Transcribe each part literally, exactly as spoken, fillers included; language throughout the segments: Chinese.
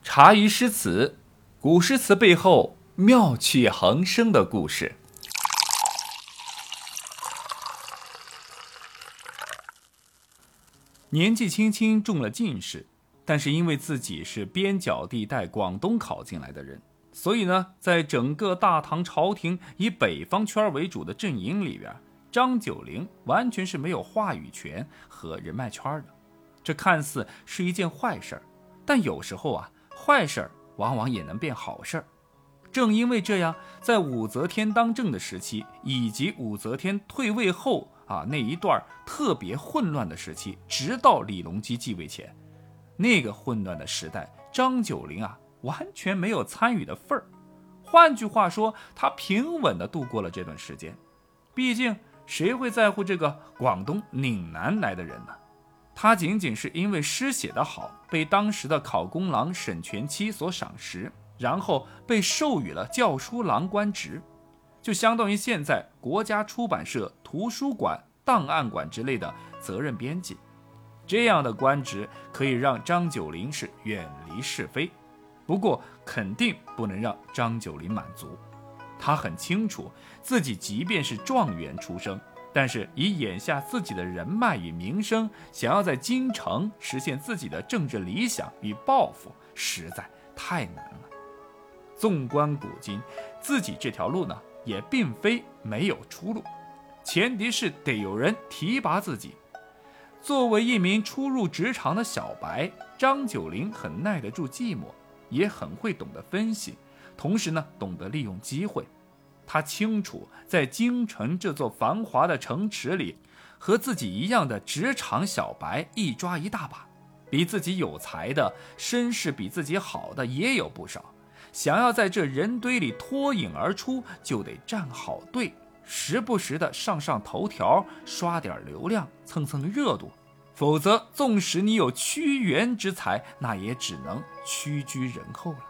茶余诗词，古诗词背后妙趣横生的故事。年纪轻轻中了进士，但是因为自己是边角地带广东考进来的人，所以呢，在整个大唐朝廷以北方圈为主的阵营里边，张九龄完全是没有话语权和人脉圈的。这看似是一件坏事，但有时候啊，坏事往往也能变好事。正因为这样，在武则天当政的时期，以及武则天退位后啊那一段特别混乱的时期，直到李隆基继位前，那个混乱的时代，张九龄啊完全没有参与的份儿。换句话说，他平稳地度过了这段时间。毕竟谁会在乎这个广东岭南来的人呢？他仅仅是因为诗写得好，被当时的考功郎沈佺期所赏识，然后被授予了校书郎官职，就相当于现在国家出版社、图书馆、档案馆之类的责任编辑。这样的官职可以让张九龄是远离是非，不过肯定不能让张九龄满足。他很清楚自己即便是状元出生，但是以眼下自己的人脉与名声，想要在京城实现自己的政治理想与抱负，实在太难了。纵观古今，自己这条路呢，也并非没有出路，前提是得有人提拔自己。作为一名初入职场的小白，张九龄很耐得住寂寞，也很会懂得分析，同时呢，懂得利用机会。他清楚在京城这座繁华的城池里，和自己一样的职场小白一抓一大把，比自己有才的，身世比自己好的也有不少。想要在这人堆里脱颖而出，就得站好队，时不时的上上头条，刷点流量，蹭蹭热度。否则纵使你有屈原之才，那也只能屈居人后了。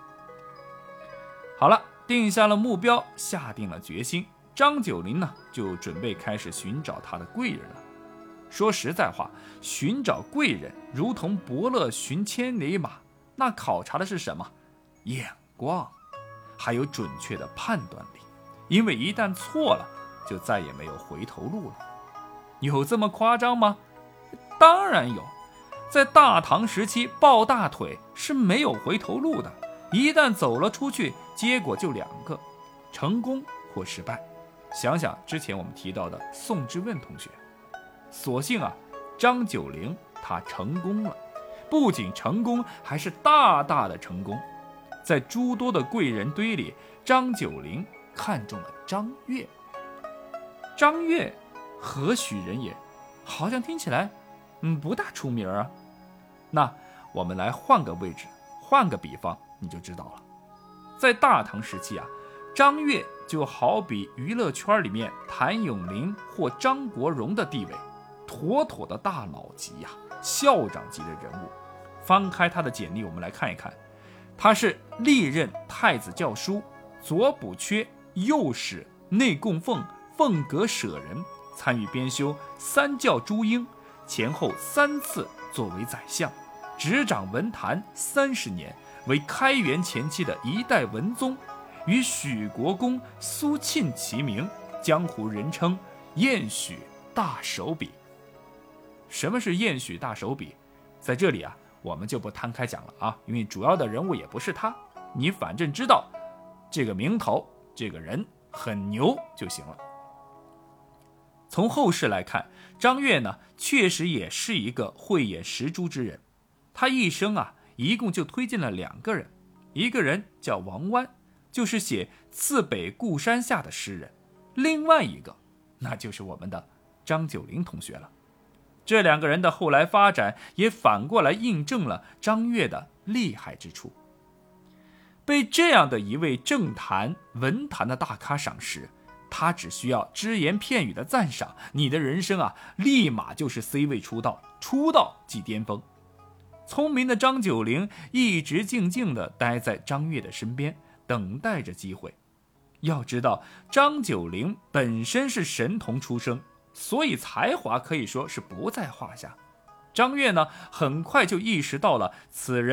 好了，定下了目标，下定了决心，张九龄呢就准备开始寻找他的贵人了。说实在话，寻找贵人如同伯乐寻千里马，那考察的是什么？眼光，还有准确的判断力。因为一旦错了，就再也没有回头路了。有这么夸张吗？当然有。在大唐时期，抱大腿是没有回头路的，一旦走了出去，结果就两个，成功或失败。想想之前我们提到的宋之问同学，所幸啊，张九龄他成功了，不仅成功，还是大大的成功。在诸多的贵人堆里，张九龄看中了张悦。张悦何许人也？好像听起来嗯不大出名啊。那我们来换个位置，换个比方，你就知道了。在大唐时期啊，张悦就好比娱乐圈里面谭咏麟或张国荣的地位，妥妥的大佬级呀、啊，校长级的人物。翻开他的简历，我们来看一看。他是历任太子教书、左补阙、右史、内供奉、凤阁舍人，参与编修三教诸英，前后三次作为宰相，执掌文坛三十年，为开元前期的一代文宗，与许国公苏沁齐名，江湖人称晏许大手笔。什么是晏许大手笔？在这里啊，我们就不摊开讲了啊，因为主要的人物也不是他，你反正知道这个名头，这个人很牛就行了。从后世来看，张悦呢，确实也是一个慧眼识珠之人。他一生啊，一共就推荐了两个人，一个人叫王湾，就是写《次北固山下》的诗人，另外一个，那就是我们的张九龄同学了。这两个人的后来发展也反过来印证了张悦的厉害之处。被这样的一位政坛文坛的大咖赏识，他只需要只言片语的赞赏，你的人生啊，立马就是 C 位出道，出道即巅峰。聪明的张九龄一直静静地待在张悦的身边，等待着机会。要知道，张九龄本身是神童出生，所以才华可以说是不在话下。张悦呢，很快就意识到了此人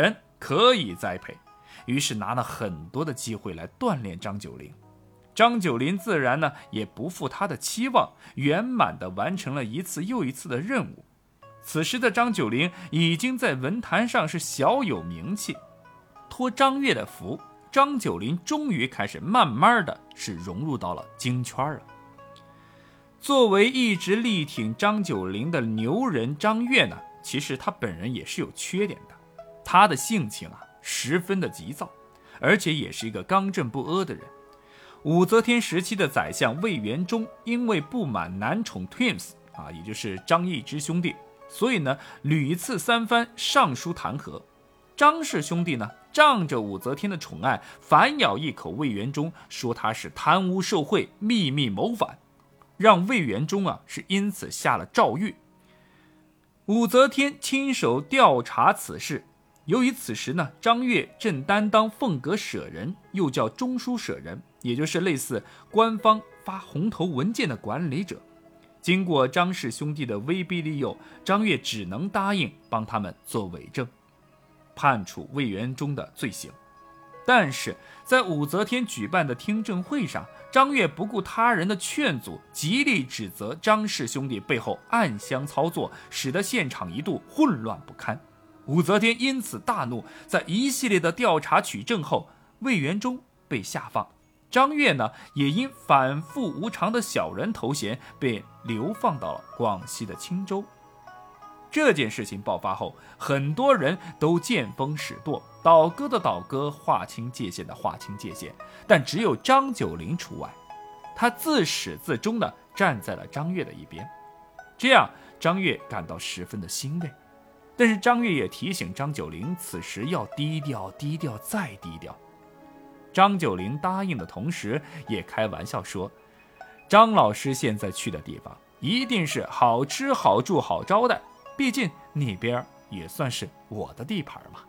可以栽培，于是拿了很多的机会来锻炼张九龄。张九龄自然呢也不负他的期望，圆满地完成了一次又一次的任务。此时的张九龄已经在文坛上是小有名气，托张悦的福，张九龄终于开始慢慢的是融入到了京圈了。作为一直力挺张九龄的牛人张悦呢，其实他本人也是有缺点的。他的性情啊十分的急躁，而且也是一个刚正不阿的人。武则天时期的宰相魏元忠因为不满男宠 Twins 啊，也就是张易之兄弟，所以呢屡次三番上书弹劾。张氏兄弟呢仗着武则天的宠爱，反咬一口魏元忠，说他是贪污受贿、秘密谋反，让魏元忠啊是因此下了诏狱。武则天亲手调查此事，由于此时呢张悦正担当凤阁舍人，又叫中书舍人，也就是类似官方发红头文件的管理者。经过张氏兄弟的威逼利诱，张悦只能答应帮他们做伪证，判处魏元忠的罪行。但是在武则天举办的听证会上，张悦不顾他人的劝阻，极力指责张氏兄弟背后暗箱操作，使得现场一度混乱不堪。武则天因此大怒，在一系列的调查取证后，魏元忠被下放，张悦呢也因反复无常的小人头衔被流放到了广西的钦州。这件事情爆发后，很多人都见风使舵，倒戈的倒戈，划清界限的划清界限，但只有张九龄除外，他自始至终的站在了张悦的一边，这样张悦感到十分的欣慰。但是张悦也提醒张九龄，此时要低调，低调再低调。张九龄答应的同时，也开玩笑说，张老师现在去的地方一定是好吃好住好招待，毕竟那边也算是我的地盘嘛。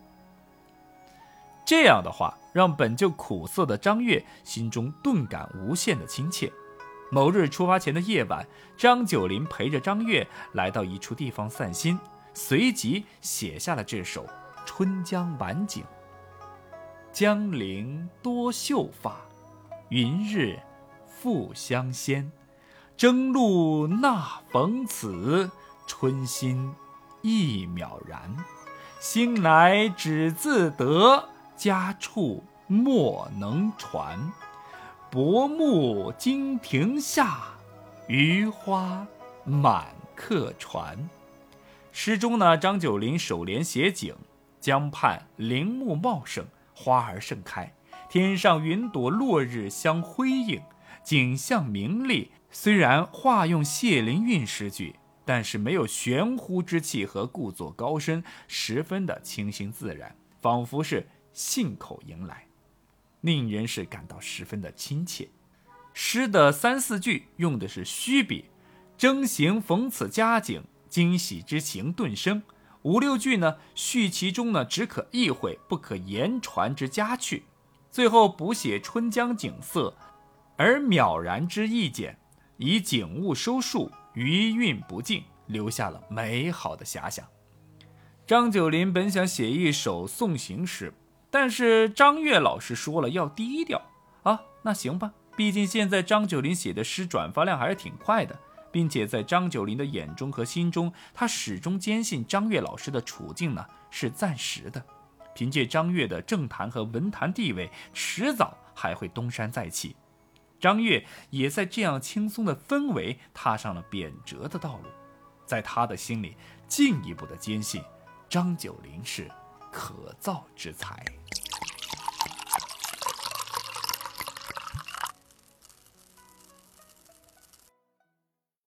这样的话让本就苦涩的张悦心中顿感无限的亲切。某日出发前的夜晚，张九龄陪着张悦来到一处地方散心，随即写下了这首《春江晚景》。江陵多秀发，云日复相先。征路那逢此，春心一渺然。兴来只自得，家处莫能传。薄暮惊亭下，余花满客船。诗中呢，张九龄首联写景，江畔林木茂盛，花儿盛开，天上云朵落日相辉映，景象明丽。虽然化用谢灵运诗句，但是没有玄乎之气和故作高深，十分的清新自然，仿佛是信口迎来，令人是感到十分的亲切。诗的三四句用的是虚笔，征行逢此佳景，惊喜之情顿生。五六句呢，叙其中呢只可意会不可言传之佳趣。最后补写春江景色，而渺然之意简，以景物收束，余韵不尽，留下了美好的遐想。张九龄本想写一首送行诗，但是张悦老师说了要低调啊，那行吧，毕竟现在张九龄写的诗转发量还是挺快的，并且在张九龄的眼中和心中，他始终坚信张悦老师的处境呢是暂时的，凭借张悦的政坛和文坛地位，迟早还会东山再起。张悦也在这样轻松的氛围踏上了贬谪的道路，在他的心里进一步的坚信张九龄是可造之才。